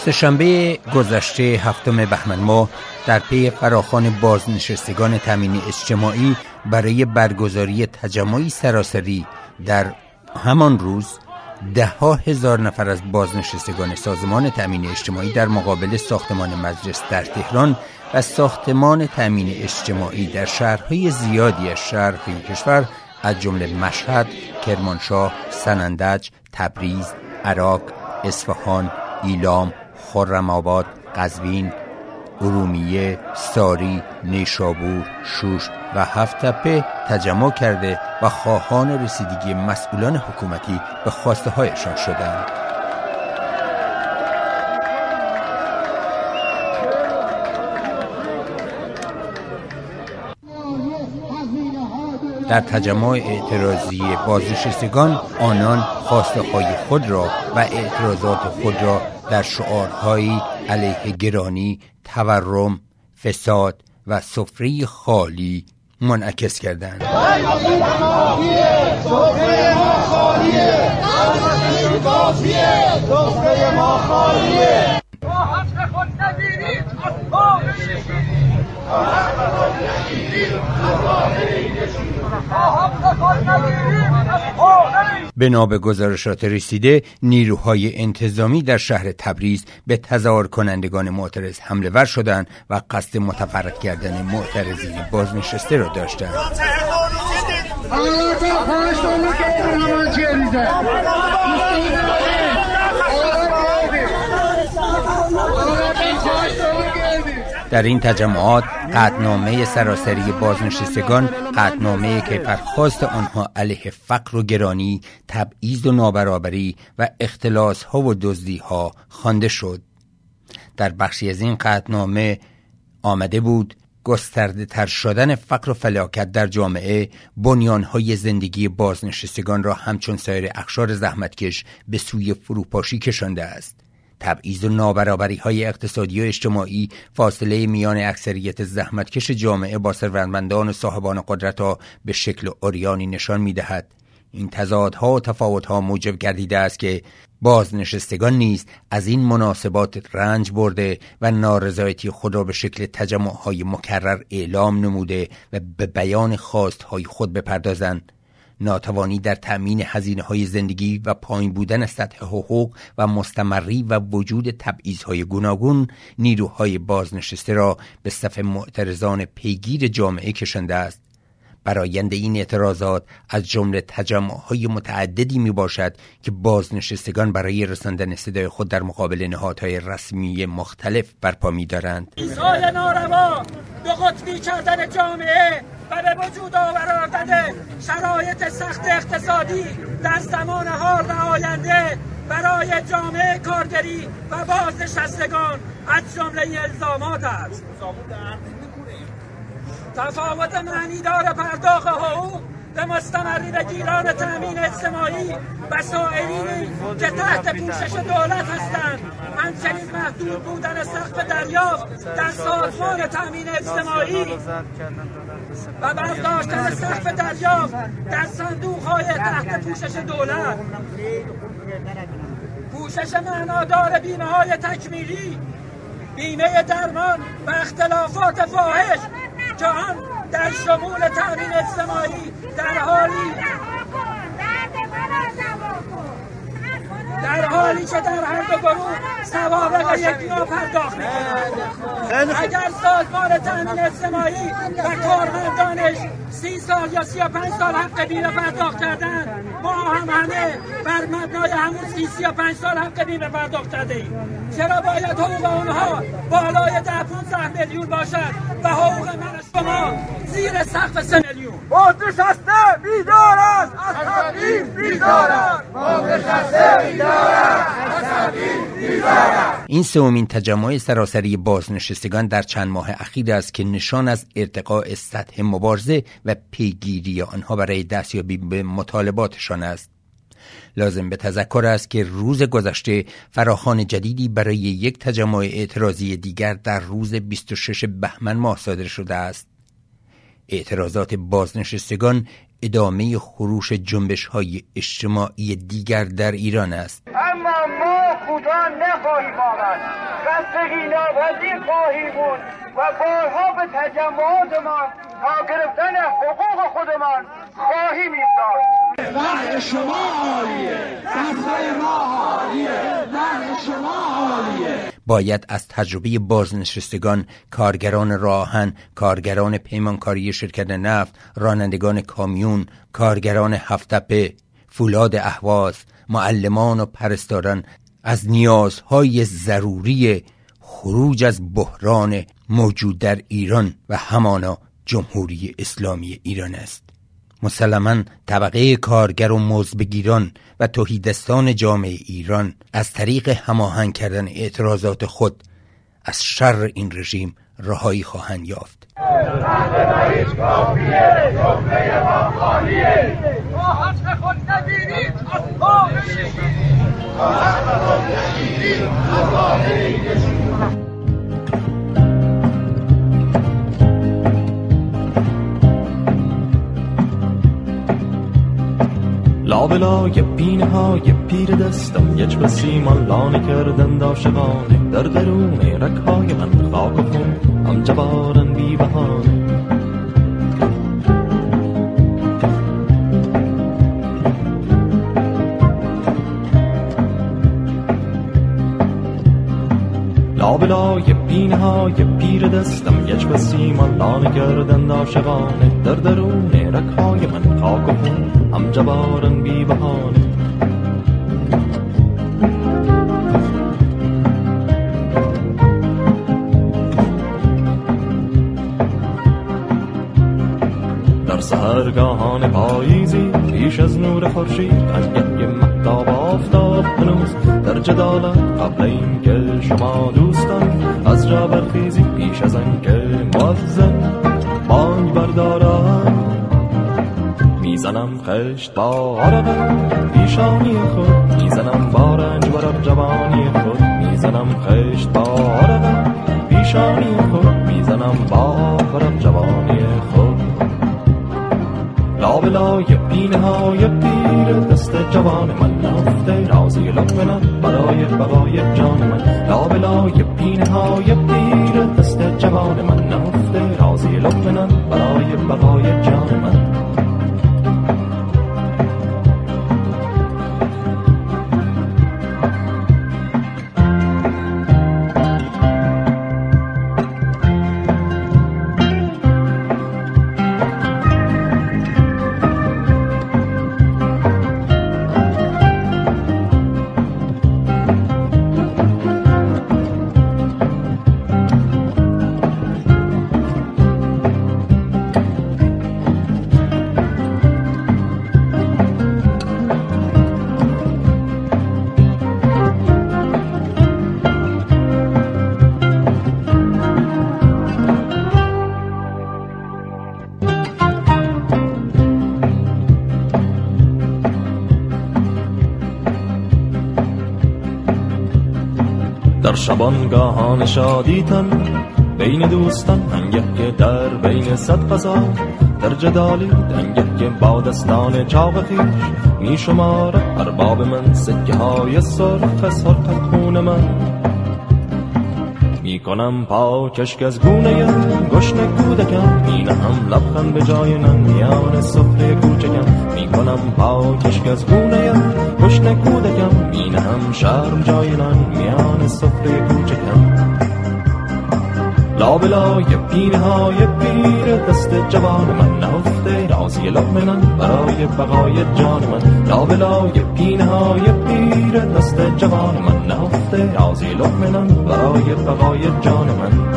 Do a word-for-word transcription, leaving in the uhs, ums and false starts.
سه‌شنبه گذشته هفتم بهمن ماه در پی فراخوان بازنشستگان تامین اجتماعی برای برگزاری تجمعی سراسری در همان روز ده ها هزار نفر از بازنشستگان سازمان تامین اجتماعی در مقابل ساختمان مجلس در تهران و ساختمان تامین اجتماعی در شهرهای زیادی از شهرهای کشور از جمله مشهد، کرمانشاه، سنندج، تبریز، عراق، اصفهان، ایلام، خرم‌آباد، قزوین، ارومیه، ساری، نیشابور، شوش و هفت‌تپه تجمع کرده و خواهان رسیدگی مسئولان حکومتی به خواسته هایشان شدند. در تجمع اعتراضی بازنشستگان آنان خواسته های خود را و اعتراضات خود را در شعارهایی علیه گرانی، تورم، فساد و سفره خالی منعکس کردند. بنا به گزارشات رسیده، نیروهای انتظامی در شهر تبریز به تظاهر کنندگان معترض حمله ور شدند و قصد متفرق کردن معترضین بازنشسته را داشتند. در این تجمعات قطعنامه سراسری بازنشستگان، قطعنامه‌ای که برخواست آنها علیه فقر و گرانی، تبعیض و نابرابری و اختلاس‌ها و دزدی‌ها خوانده شد. در بخشی از این قطعنامه آمده بود گسترده تر شدن فقر و فلاکت در جامعه بنیان‌های زندگی بازنشستگان را همچون سایر اقشار زحمتکش به سوی فروپاشی کشانده است. تبعیض و نابرابری‌های اقتصادی و اجتماعی فاصله میان اکثریت زحمتکش جامعه با ثروتمندان و صاحبان قدرت را به شکل عریانی نشان می‌دهد. این تضادها و تفاوت‌ها موجب گردیده است که بازنشستگان نیز از این مناسبات رنج برده و نارضایتی خود را به شکل تجمع‌های مکرر اعلام نموده و به بیان خواست‌های خود بپردازند. ناتوانی در تأمین هزینه‌های زندگی و پایین بودن سطح حقوق و مستمری و وجود تبعیض‌های گوناگون نیروهای بازنشسته را به صف معترضان پیگیر جامعه کشانده است. برآیند این اعتراضات از جمله تجمع‌های متعددی میباشد که بازنشستگان برای رساندن صدای خود در مقابل نهادهای رسمی مختلف برپا می‌دارند. ایستای ناروا به قطبی کردن جامعه و به وجود آوردن شرایط سخت اقتصادی در زمان حال و آینده برای جامعه کارگری و بازنشستگان از جمله الزامات است. تفاوت معنیدار پرداخت حقوق به مستمری بگیران تامین اجتماعی و سائرینی که تحت پوشش دولت هستند، همچنین محدود بودن سقف دریافت در سازمان تامین اجتماعی و برداشتن سقف دریافت در صندوق‌های تحت پوشش دولت، پوشش معنادار بیمه‌های تکمیلی، بیمه درمان و اختلافات فاحش که آن در شمول تامین اجتماعی در حالی در حالی که در هر دو گروه سوابق یک نوع پرداخت می‌کنند. اگر سازمان تامین اجتماعی و کارمندانش سی سال یا سی و پنج سال حق بیمه پرداخت کردن، ما هم همه بر مبنای همون سی سی و پنج سال حق بیمه پرداخت کردیم. چرا باید حقوق اونها بالای ده پانزده میلیون باشد و حقوق من شما زیر سقف سه میلیون؟ بازنشسته بیدار است، عصبی بیدار است. بازنشسته بیدار است، عصبی بیدار است. این سومین تجمع سراسری بازنشستگان در چند ماه اخیر است که نشان از ارتقاء سطح مبارزه و پیگیری آنها برای دستیابی به مطالباتشان است. لازم به تذکر است که روز گذشته فراخوان جدیدی برای یک تجمع اعتراضی دیگر در روز بیست و شش بهمن ماه صادر شده است. اعتراضات بازنشستگان ادامه خروش جنبش‌های اجتماعی دیگر در ایران است. اما ما خود تو هم نخواهیم آمد. خستگی ناپذیر خواهیم بود و بارها به تجمعاتمان تا گرفتن حقوق خودمان خواهیم ایستاد. وضع شما عالیه، وضع ما عالیه، وضع شما عالیه. باید از تجربه بازنشستگان، کارگران راهن، کارگران پیمانکاری شرکت نفت، رانندگان کامیون، کارگران هفت‌تپه، فولاد اهواز، معلمان و پرستاران از نیازهای ضروری خروج از بحران موجود در ایران و همانا جمهوری اسلامی ایران است. مسلماً طبقه کارگر و مزدبگیران و تهیدستان جامعه ایران از طریق هماهنگ کردن اعتراضات خود از شر این رژیم رهایی خواهند یافت. لابلای پینه های پیر دستم یچ به سیمان لانه کردن داشتگانه در درون رکهای من خاک و خون هم جبارن بی بهانه. لابلای پینه های پیر دستم یچ به سیمان لانه کردن داشتگانه در درون رکهای من خاک و خون هم جبارن بی بهانه. در سحرگاهان پاییزی پیش از نور خورشید انگه مهتاب آفتاب هنوز در جدالت قبل این که شما دوستان از جا برخیزی پیش از آنکه مؤذن بانگ بردارد میزنم خشت با عرق پیشانی خود میزنم با رنج بر جوانی خود میزنم خشت با عرق پیشانی خود میزنم با بر جوانی خود. لابلای پینه های پیر دست جوان من نفته رازی لقمنم برای بقای جان من. لابلای پینه های پیر دست جوان من نفته رازی لقمنم برای بقای جان من. در شبانگاهان شادیتن بین دوستان هنگه که در بین صد قضا در جدالی دنگه که با دستان چاق خیش می شماره ارباب من سکه های سرخ سرخ خون من. می کنم پا کشک از گونه گشنه کودکم این هم لبخند به جای نن میان سفره کوچکم. می کنم پا کشک از گونه گشنه کودکم این هم شرم جای نن میان سفره کوچکم. لابلای پینه های پیر دست جوان من نهفته رازی لقمنم برای بقای جان من. لابلای پینه های پیر دست جوان من نهفته رازی لقمنم برای بقای جان من.